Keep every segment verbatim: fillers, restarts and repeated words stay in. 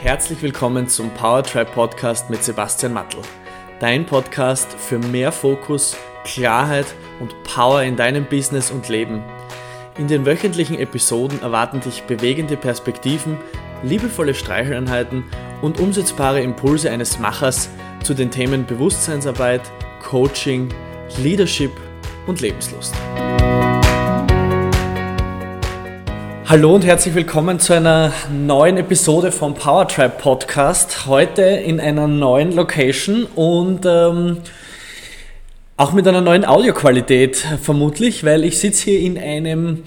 Herzlich willkommen zum Powertribe Podcast mit Sebastian Mattl. Dein Podcast für mehr Fokus, Klarheit und Power in deinem Business und Leben. In den wöchentlichen Episoden erwarten dich bewegende Perspektiven, liebevolle Streicheleinheiten und umsetzbare Impulse eines Machers zu den Themen Bewusstseinsarbeit, Coaching, Leadership und Lebenslust. Hallo und herzlich willkommen zu einer neuen Episode vom Powertribe Podcast. Heute in einer neuen Location und ähm, auch mit einer neuen Audioqualität vermutlich, weil ich sitze hier in einem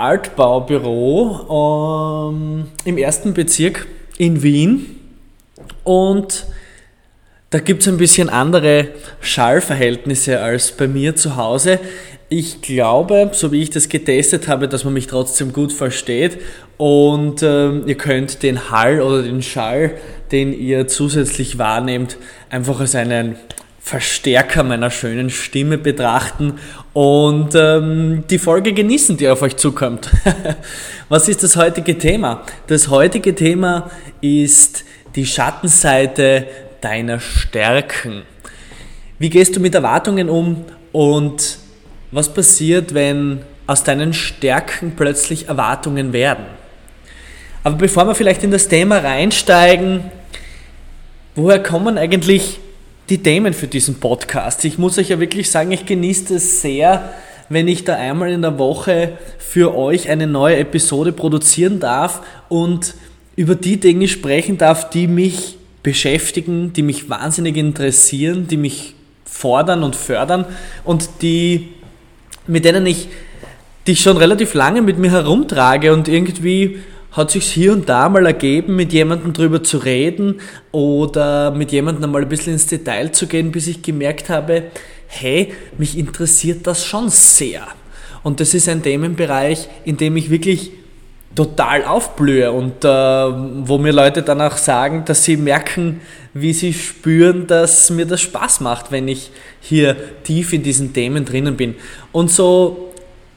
Altbaubüro ähm, im ersten Bezirk in Wien und da gibt es ein bisschen andere Schallverhältnisse als bei mir zu Hause. Ich glaube, so wie ich das getestet habe, dass man mich trotzdem gut versteht und ähm, ihr könnt den Hall oder den Schall, den ihr zusätzlich wahrnehmt, einfach als einen Verstärker meiner schönen Stimme betrachten und ähm, die Folge genießen, die auf euch zukommt. Was ist das heutige Thema? Das heutige Thema ist die Schattenseite deiner Stärken. Wie gehst du mit Erwartungen um und was passiert, wenn aus deinen Stärken plötzlich Erwartungen werden? Aber bevor wir vielleicht in das Thema reinsteigen, woher kommen eigentlich die Themen für diesen Podcast? Ich muss euch ja wirklich sagen, ich genieße es sehr, wenn ich da einmal in der Woche für euch eine neue Episode produzieren darf und über die Dinge sprechen darf, die mich beschäftigen, die mich wahnsinnig interessieren, die mich fordern und fördern und die mit denen ich dich schon relativ lange mit mir herumtrage und irgendwie hat sich's hier und da mal ergeben, mit jemandem drüber zu reden oder mit jemandem einmal ein bisschen ins Detail zu gehen, bis ich gemerkt habe, hey, mich interessiert das schon sehr. Und das ist ein Themenbereich, in dem ich wirklich total aufblühe und äh, wo mir Leute dann auch sagen, dass sie merken, wie sie spüren, dass mir das Spaß macht, wenn ich hier tief in diesen Themen drinnen bin. Und so,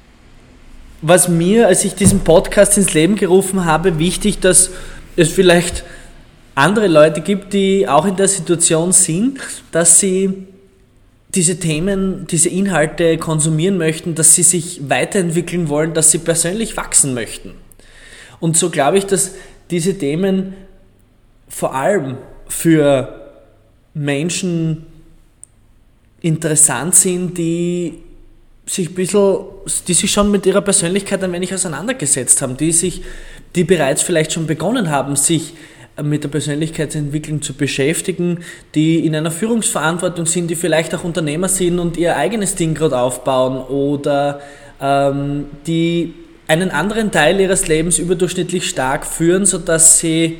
was mir, als ich diesen Podcast ins Leben gerufen habe, wichtig, dass es vielleicht andere Leute gibt, die auch in der Situation sind, dass sie diese Themen, diese Inhalte konsumieren möchten, dass sie sich weiterentwickeln wollen, dass sie persönlich wachsen möchten. Und so glaube ich, dass diese Themen vor allem für Menschen interessant sind, die sich ein bisschen, die sich schon mit ihrer Persönlichkeit ein wenig auseinandergesetzt haben, die sich, die bereits vielleicht schon begonnen haben, sich mit der Persönlichkeitsentwicklung zu beschäftigen, die in einer Führungsverantwortung sind, die vielleicht auch Unternehmer sind und ihr eigenes Ding gerade aufbauen oder ähm, die einen anderen Teil ihres Lebens überdurchschnittlich stark führen, sodass sie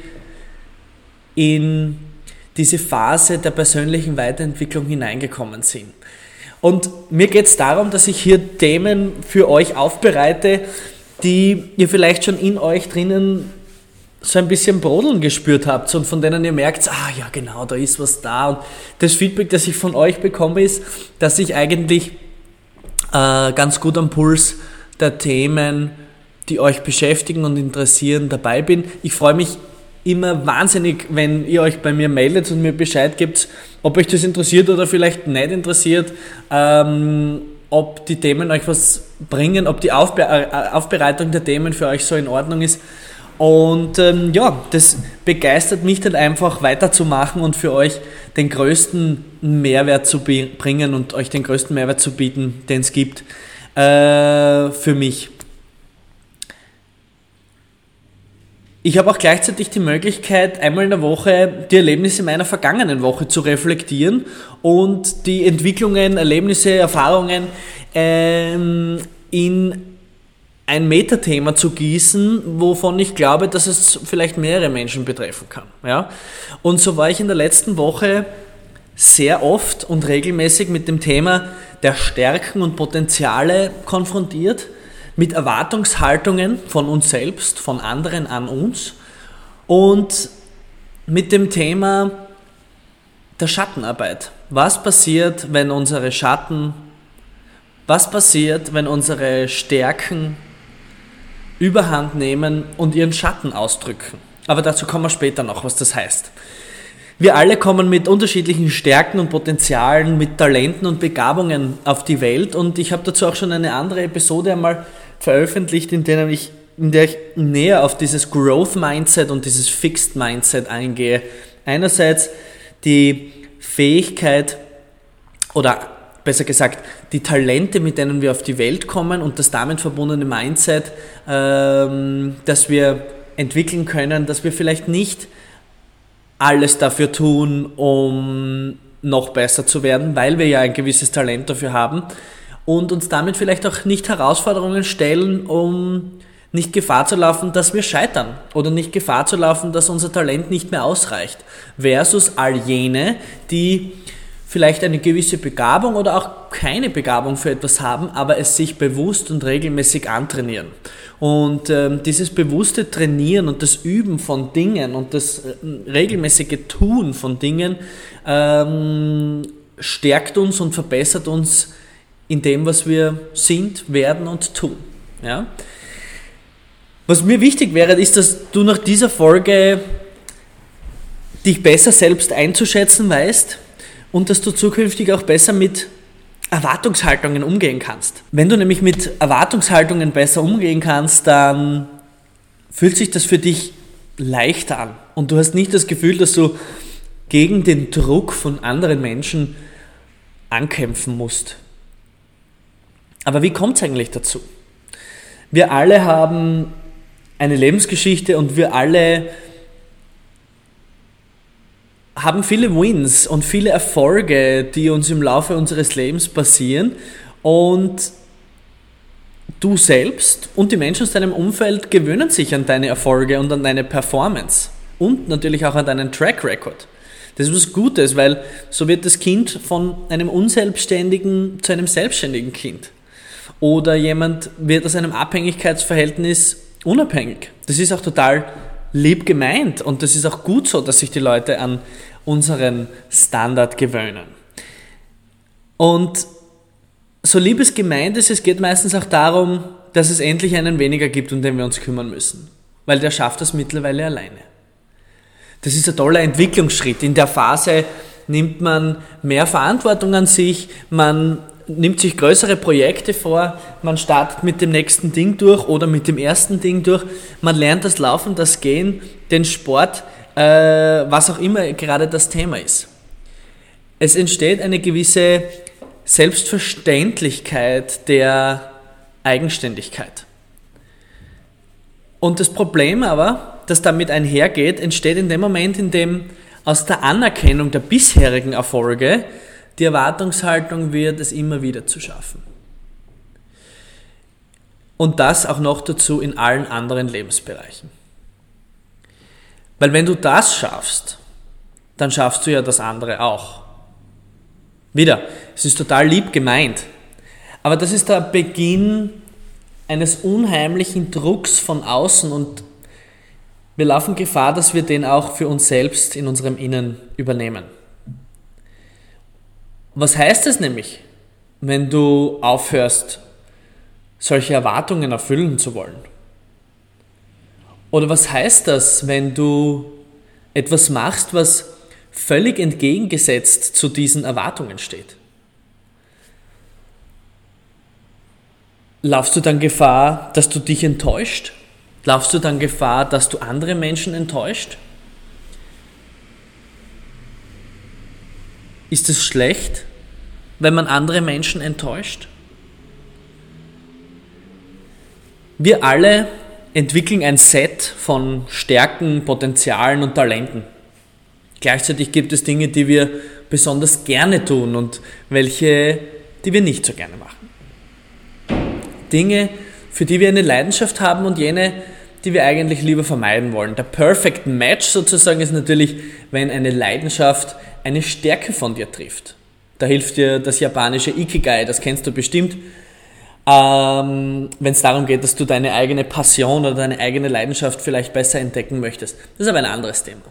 in diese Phase der persönlichen Weiterentwicklung hineingekommen sind. Und mir geht es darum, dass ich hier Themen für euch aufbereite, die ihr vielleicht schon in euch drinnen so ein bisschen brodeln gespürt habt und von denen ihr merkt, ah ja genau, da ist was da. Und das Feedback, das ich von euch bekomme, ist, dass ich eigentlich äh, ganz gut am Puls der Themen, die euch beschäftigen und interessieren, dabei bin. Ich freue mich immer wahnsinnig, wenn ihr euch bei mir meldet und mir Bescheid gebt, ob euch das interessiert oder vielleicht nicht interessiert, ähm, ob die Themen euch was bringen, ob die Aufbe- äh, Aufbereitung der Themen für euch so in Ordnung ist. Und ähm, ja, das begeistert mich dann einfach weiterzumachen und für euch den größten Mehrwert zu be- bringen und euch den größten Mehrwert zu bieten, den es gibt äh, für mich. Ich habe auch gleichzeitig die Möglichkeit, einmal in der Woche die Erlebnisse meiner vergangenen Woche zu reflektieren und die Entwicklungen, Erlebnisse, Erfahrungen ähm, in ein Metathema zu gießen, wovon ich glaube, dass es vielleicht mehrere Menschen betreffen kann. Ja? Und so war ich in der letzten Woche sehr oft und regelmäßig mit dem Thema der Stärken und Potenziale konfrontiert, mit Erwartungshaltungen von uns selbst, von anderen an uns und mit dem Thema der Schattenarbeit. Was passiert, wenn unsere Schatten, was passiert, wenn unsere Stärken Überhand nehmen und ihren Schatten ausdrücken? Aber dazu kommen wir später noch, was das heißt. Wir alle kommen mit unterschiedlichen Stärken und Potenzialen, mit Talenten und Begabungen auf die Welt und ich habe dazu auch schon eine andere Episode einmal veröffentlicht, in der ich, in der ich näher auf dieses Growth Mindset und dieses Fixed Mindset eingehe. Einerseits die Fähigkeit oder besser gesagt die Talente, mit denen wir auf die Welt kommen und das damit verbundene Mindset, ähm, das wir entwickeln können, dass wir vielleicht nicht alles dafür tun, um noch besser zu werden, weil wir ja ein gewisses Talent dafür haben und uns damit vielleicht auch nicht Herausforderungen stellen, um nicht Gefahr zu laufen, dass wir scheitern oder nicht Gefahr zu laufen, dass unser Talent nicht mehr ausreicht, versus all jene, die vielleicht eine gewisse Begabung oder auch keine Begabung für etwas haben, aber es sich bewusst und regelmäßig antrainieren. Und ähm, dieses bewusste Trainieren und das Üben von Dingen und das äh, regelmäßige Tun von Dingen ähm, stärkt uns und verbessert uns in dem, was wir sind, werden und tun. Ja? Was mir wichtig wäre, ist, dass du nach dieser Folge dich besser selbst einzuschätzen weißt und dass du zukünftig auch besser mit Erwartungshaltungen umgehen kannst. Wenn du nämlich mit Erwartungshaltungen besser umgehen kannst, dann fühlt sich das für dich leichter an und du hast nicht das Gefühl, dass du gegen den Druck von anderen Menschen ankämpfen musst. Aber wie kommt es eigentlich dazu? Wir alle haben eine Lebensgeschichte und wir alle haben viele Wins und viele Erfolge, die uns im Laufe unseres Lebens passieren und du selbst und die Menschen aus deinem Umfeld gewöhnen sich an deine Erfolge und an deine Performance und natürlich auch an deinen Track Record. Das ist was Gutes, weil so wird das Kind von einem Unselbstständigen zu einem selbstständigen Kind oder jemand wird aus einem Abhängigkeitsverhältnis unabhängig. Das ist auch total lieb gemeint und das ist auch gut so, dass sich die Leute an unseren Standard gewöhnen. Und so lieb es gemeint ist, es geht meistens auch darum, dass es endlich einen weniger gibt, um den wir uns kümmern müssen, weil der schafft das mittlerweile alleine. Das ist ein toller Entwicklungsschritt. In der Phase nimmt man mehr Verantwortung an sich, man nimmt sich größere Projekte vor, man startet mit dem nächsten Ding durch oder mit dem ersten Ding durch, man lernt das Laufen, das Gehen, den Sport, äh, was auch immer gerade das Thema ist. Es entsteht eine gewisse Selbstverständlichkeit der Eigenständigkeit. Und das Problem aber, das damit einhergeht, entsteht in dem Moment, in dem aus der Anerkennung der bisherigen Erfolge die Erwartungshaltung wird, es immer wieder zu schaffen. Und das auch noch dazu in allen anderen Lebensbereichen. Weil wenn du das schaffst, dann schaffst du ja das andere auch. Wieder, es ist total lieb gemeint, aber das ist der Beginn eines unheimlichen Drucks von außen und wir laufen Gefahr, dass wir den auch für uns selbst in unserem Innen übernehmen. Was heißt es nämlich, wenn du aufhörst, solche Erwartungen erfüllen zu wollen? Oder was heißt das, wenn du etwas machst, was völlig entgegengesetzt zu diesen Erwartungen steht? Laufst du dann Gefahr, dass du dich enttäuscht? Laufst du dann Gefahr, dass du andere Menschen enttäuscht? Ist es schlecht, wenn man andere Menschen enttäuscht? Wir alle entwickeln ein Set von Stärken, Potenzialen und Talenten. Gleichzeitig gibt es Dinge, die wir besonders gerne tun und welche, die wir nicht so gerne machen. Dinge, für die wir eine Leidenschaft haben und jene, die wir eigentlich lieber vermeiden wollen. Der Perfect Match sozusagen ist natürlich, wenn eine Leidenschaft eine Stärke von dir trifft. Da hilft dir das japanische Ikigai, das kennst du bestimmt, ähm, wenn es darum geht, dass du deine eigene Passion oder deine eigene Leidenschaft vielleicht besser entdecken möchtest. Das ist aber ein anderes Thema.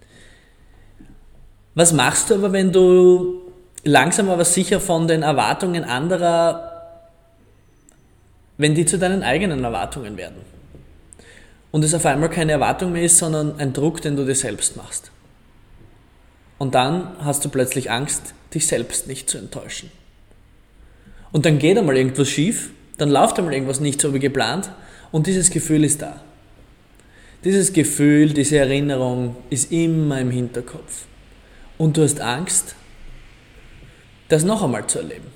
Was machst du aber, wenn du langsam aber sicher von den Erwartungen anderer, wenn die zu deinen eigenen Erwartungen werden? und es auf einmal keine Erwartung mehr ist, sondern ein Druck, den du dir selbst machst. Und dann hast du plötzlich Angst, dich selbst nicht zu enttäuschen. Und dann geht einmal irgendwas schief, dann läuft einmal irgendwas nicht so wie geplant und dieses Gefühl ist da. Dieses Gefühl, diese Erinnerung ist immer im Hinterkopf. Und du hast Angst, das noch einmal zu erleben.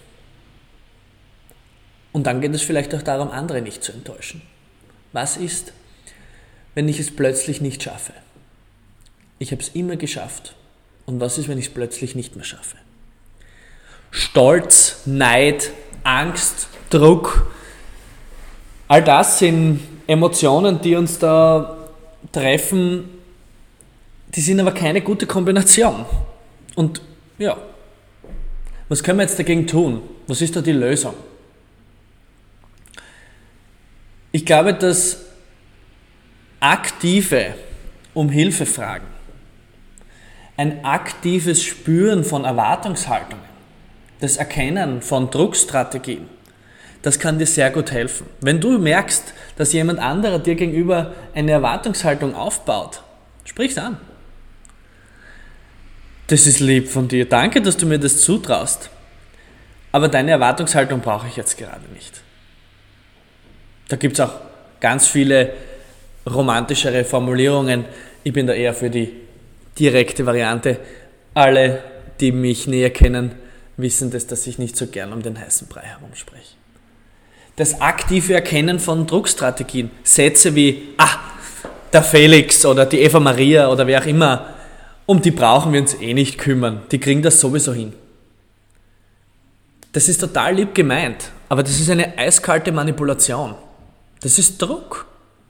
Und dann geht es vielleicht auch darum, andere nicht zu enttäuschen. Was ist, wenn ich es plötzlich nicht schaffe? Ich habe es immer geschafft. Und was ist, wenn ich es plötzlich nicht mehr schaffe? Stolz, Neid, Angst, Druck, all das sind Emotionen, die uns da treffen, die sind aber keine gute Kombination. Und ja, was können wir jetzt dagegen tun? Was ist da die Lösung? Ich glaube, dass aktive um Hilfe fragen, ein aktives Spüren von Erwartungshaltungen, das Erkennen von Druckstrategien, das kann dir sehr gut helfen. Wenn du merkst, dass jemand anderer dir gegenüber eine Erwartungshaltung aufbaut, sprich's an. Das ist lieb von dir. Danke, dass du mir das zutraust. Aber deine Erwartungshaltung brauche ich jetzt gerade nicht. Da gibt es auch ganz viele romantischere Formulierungen. Ich bin da eher für die direkte Variante. Alle, die mich näher kennen, wissen das, dass ich nicht so gern um den heißen Brei herumspreche. Das aktive Erkennen von Druckstrategien, Sätze wie, ah, der Felix oder die Eva Maria oder wer auch immer, um die brauchen wir uns eh nicht kümmern, die kriegen das sowieso hin. Das ist total lieb gemeint, aber das ist eine eiskalte Manipulation. Das ist Druck.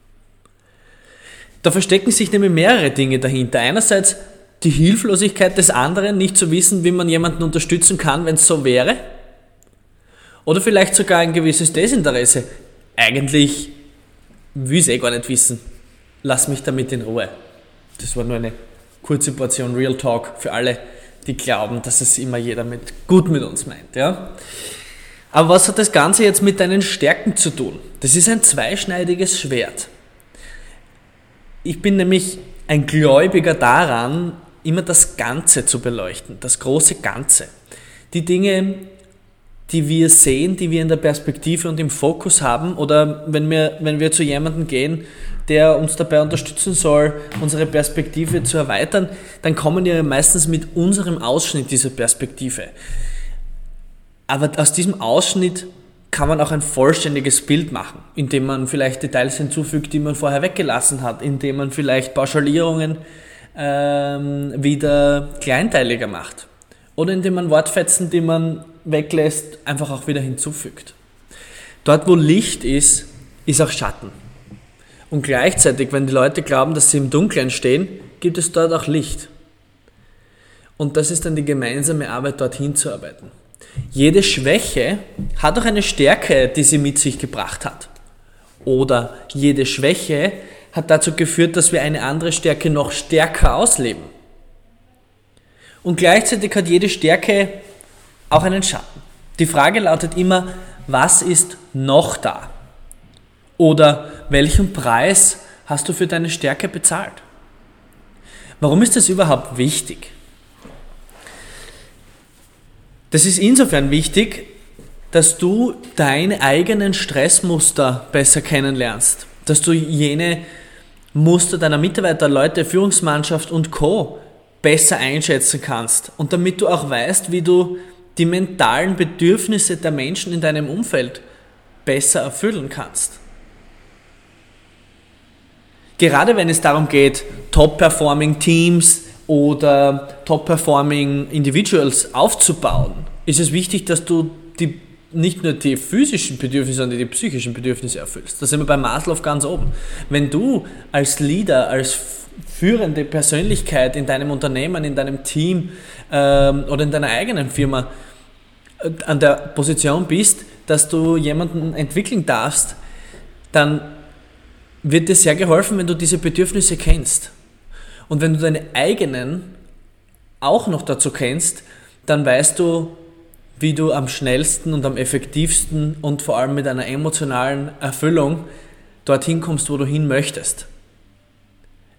Da verstecken sich nämlich mehrere Dinge dahinter. Einerseits die Hilflosigkeit des anderen, nicht zu wissen, wie man jemanden unterstützen kann, wenn es so wäre. Oder vielleicht sogar ein gewisses Desinteresse. Eigentlich will ich es eh gar nicht wissen. Lass mich damit in Ruhe. Das war nur eine kurze Portion Real Talk für alle, die glauben, dass es immer jeder mit, gut mit uns meint. Ja? Aber was hat das Ganze jetzt mit deinen Stärken zu tun? Das ist ein zweischneidiges Schwert. Ich bin nämlich ein Gläubiger daran, immer das Ganze zu beleuchten, das große Ganze. Die Dinge, die wir sehen, die wir in der Perspektive und im Fokus haben, oder wenn wir, wenn wir zu jemandem gehen, der uns dabei unterstützen soll, unsere Perspektive zu erweitern, dann kommen wir meistens mit unserem Ausschnitt dieser Perspektive. Aber aus diesem Ausschnitt kann man auch ein vollständiges Bild machen, indem man vielleicht Details hinzufügt, die man vorher weggelassen hat, indem man vielleicht Pauschalierungen ähm, wieder kleinteiliger macht oder indem man Wortfetzen, die man weglässt, einfach auch wieder hinzufügt. Dort, wo Licht ist, ist auch Schatten. Und gleichzeitig, wenn die Leute glauben, dass sie im Dunkeln stehen, gibt es dort auch Licht. Und das ist dann die gemeinsame Arbeit, dorthin zu arbeiten. Jede Schwäche hat auch eine Stärke, die sie mit sich gebracht hat. Oder jede Schwäche hat dazu geführt, dass wir eine andere Stärke noch stärker ausleben. Und gleichzeitig hat jede Stärke auch einen Schatten. Die Frage lautet immer, was ist noch da? Oder welchen Preis hast du für deine Stärke bezahlt? Warum ist das überhaupt wichtig? Das ist insofern wichtig, dass du deine eigenen Stressmuster besser kennenlernst, dass du jene Muster deiner Mitarbeiter, Leute, Führungsmannschaft und Co. besser einschätzen kannst und damit du auch weißt, wie du die mentalen Bedürfnisse der Menschen in deinem Umfeld besser erfüllen kannst. Gerade wenn es darum geht, Top-Performing Teams oder Top-Performing Individuals aufzubauen, ist es wichtig, dass du die, nicht nur die physischen Bedürfnisse, sondern die psychischen Bedürfnisse erfüllst. Da sind wir bei Maslow ganz oben. Wenn du als Leader, als führende Persönlichkeit in deinem Unternehmen, in deinem Team ähm, oder in deiner eigenen Firma äh, an der Position bist, dass du jemanden entwickeln darfst, dann wird dir sehr geholfen, wenn du diese Bedürfnisse kennst. Und wenn du deine eigenen auch noch dazu kennst, dann weißt du, wie du am schnellsten und am effektivsten und vor allem mit einer emotionalen Erfüllung dorthin kommst, wo du hin möchtest.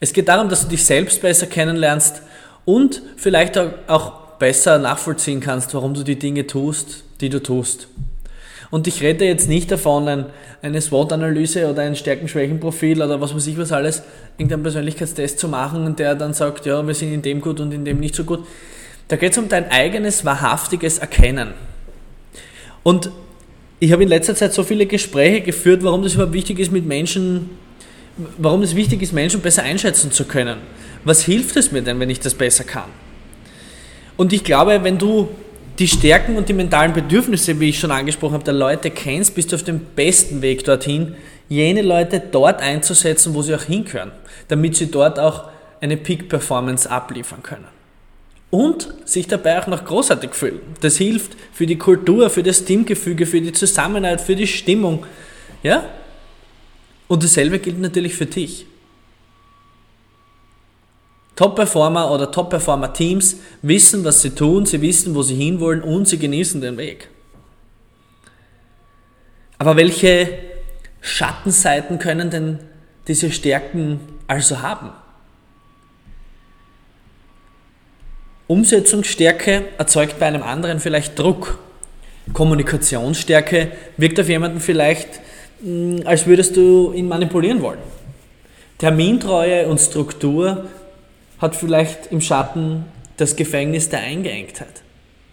Es geht darum, dass du dich selbst besser kennenlernst und vielleicht auch besser nachvollziehen kannst, warum du die Dinge tust, die du tust. Und ich rede jetzt nicht davon, eine SWOT-Analyse oder ein Stärken-Schwächen-Profil oder was weiß ich was alles, irgendeinen Persönlichkeitstest zu machen, der dann sagt, ja, wir sind in dem gut und in dem nicht so gut. Da geht es um dein eigenes, wahrhaftiges Erkennen. Und ich habe in letzter Zeit so viele Gespräche geführt, warum das überhaupt wichtig ist, mit Menschen, warum es wichtig ist, Menschen besser einschätzen zu können. Was hilft es mir denn, wenn ich das besser kann? Und ich glaube, wenn du die Stärken und die mentalen Bedürfnisse, wie ich schon angesprochen habe, der Leute kennst, bist du auf dem besten Weg dorthin, jene Leute dort einzusetzen, wo sie auch hingehören, damit sie dort auch eine Peak-Performance abliefern können. Und sich dabei auch noch großartig fühlen. Das hilft für die Kultur, für das Teamgefüge, für die Zusammenhalt, für die Stimmung. Ja? Und dasselbe gilt natürlich für dich. Top-Performer oder Top-Performer-Teams wissen, was sie tun, sie wissen, wo sie hinwollen und sie genießen den Weg. Aber welche Schattenseiten können denn diese Stärken also haben? Umsetzungsstärke erzeugt bei einem anderen vielleicht Druck. Kommunikationsstärke wirkt auf jemanden vielleicht, als würdest du ihn manipulieren wollen. Termintreue und Struktur hat vielleicht im Schatten das Gefängnis der Eingeengtheit.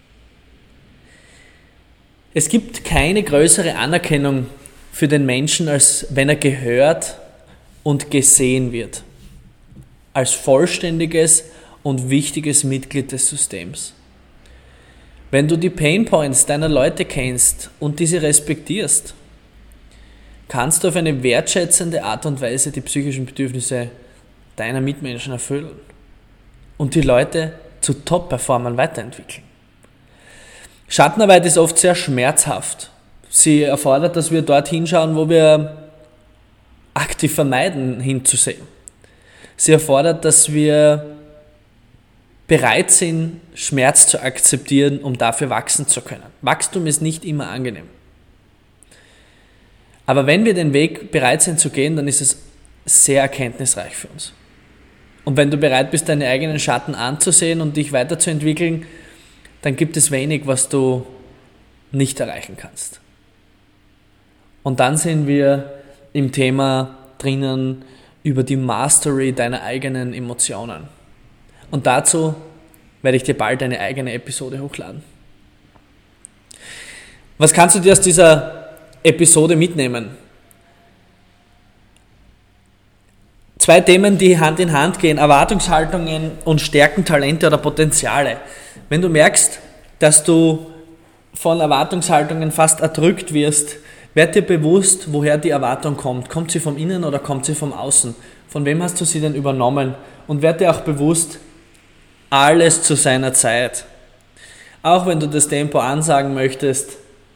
Es gibt keine größere Anerkennung für den Menschen, als wenn er gehört und gesehen wird. Als vollständiges und wichtiges Mitglied des Systems. Wenn du die Painpoints deiner Leute kennst und diese respektierst, kannst du auf eine wertschätzende Art und Weise die psychischen Bedürfnisse deiner Mitmenschen erfüllen und die Leute zu Top-Performern weiterentwickeln. Schattenarbeit ist oft sehr schmerzhaft. Sie erfordert, dass wir dort hinschauen, wo wir aktiv vermeiden, hinzusehen. Sie erfordert, dass wir bereit sind, Schmerz zu akzeptieren, um dafür wachsen zu können. Wachstum ist nicht immer angenehm. Aber wenn wir den Weg bereit sind zu gehen, dann ist es sehr erkenntnisreich für uns. Und wenn du bereit bist, deine eigenen Schatten anzusehen und dich weiterzuentwickeln, dann gibt es wenig, was du nicht erreichen kannst. Und dann sind wir im Thema drinnen über die Mastery deiner eigenen Emotionen. Und dazu werde ich dir bald eine eigene Episode hochladen. Was kannst du dir aus dieser Episode mitnehmen? Zwei Themen, die Hand in Hand gehen: Erwartungshaltungen und Stärken, Talente oder Potenziale. Wenn du merkst, dass du von Erwartungshaltungen fast erdrückt wirst, werd dir bewusst, woher die Erwartung kommt. Kommt sie vom Innen oder kommt sie vom Außen? Von wem hast du sie denn übernommen? Und werd dir auch bewusst, alles zu seiner Zeit. Auch wenn du das Tempo ansagen möchtest,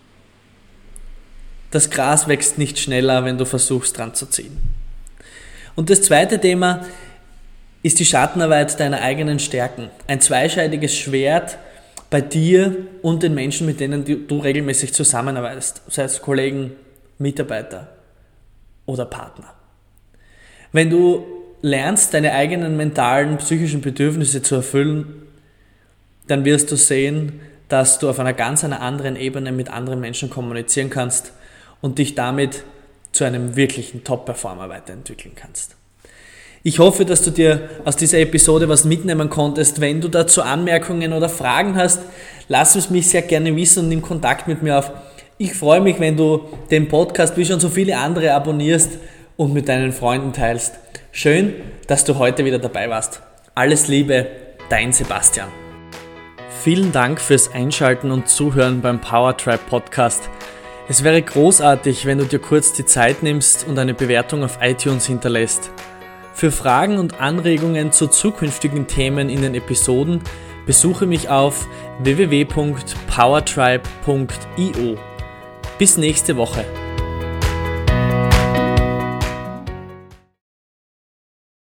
das Gras wächst nicht schneller, wenn du versuchst, dran zu ziehen. Und das zweite Thema ist die Schattenarbeit deiner eigenen Stärken. Ein zweischneidiges Schwert bei dir und den Menschen, mit denen du regelmäßig zusammenarbeitest, sei es Kollegen, Mitarbeiter oder Partner. Wenn du lernst, deine eigenen mentalen, psychischen Bedürfnisse zu erfüllen, dann wirst du sehen, dass du auf einer ganz einer anderen Ebene mit anderen Menschen kommunizieren kannst und dich damit zu einem wirklichen Top-Performer weiterentwickeln kannst. Ich hoffe, dass du dir aus dieser Episode was mitnehmen konntest. Wenn du dazu Anmerkungen oder Fragen hast, lass es mich sehr gerne wissen und nimm Kontakt mit mir auf. Ich freue mich, wenn du den Podcast wie schon so viele andere abonnierst und mit deinen Freunden teilst. Schön, dass du heute wieder dabei warst. Alles Liebe, dein Sebastian. Vielen Dank fürs Einschalten und Zuhören beim Powertribe Podcast. Es wäre großartig, wenn du dir kurz die Zeit nimmst und eine Bewertung auf iTunes hinterlässt. Für Fragen und Anregungen zu zukünftigen Themen in den Episoden besuche mich auf w w w punkt powertribe punkt i o. Bis nächste Woche.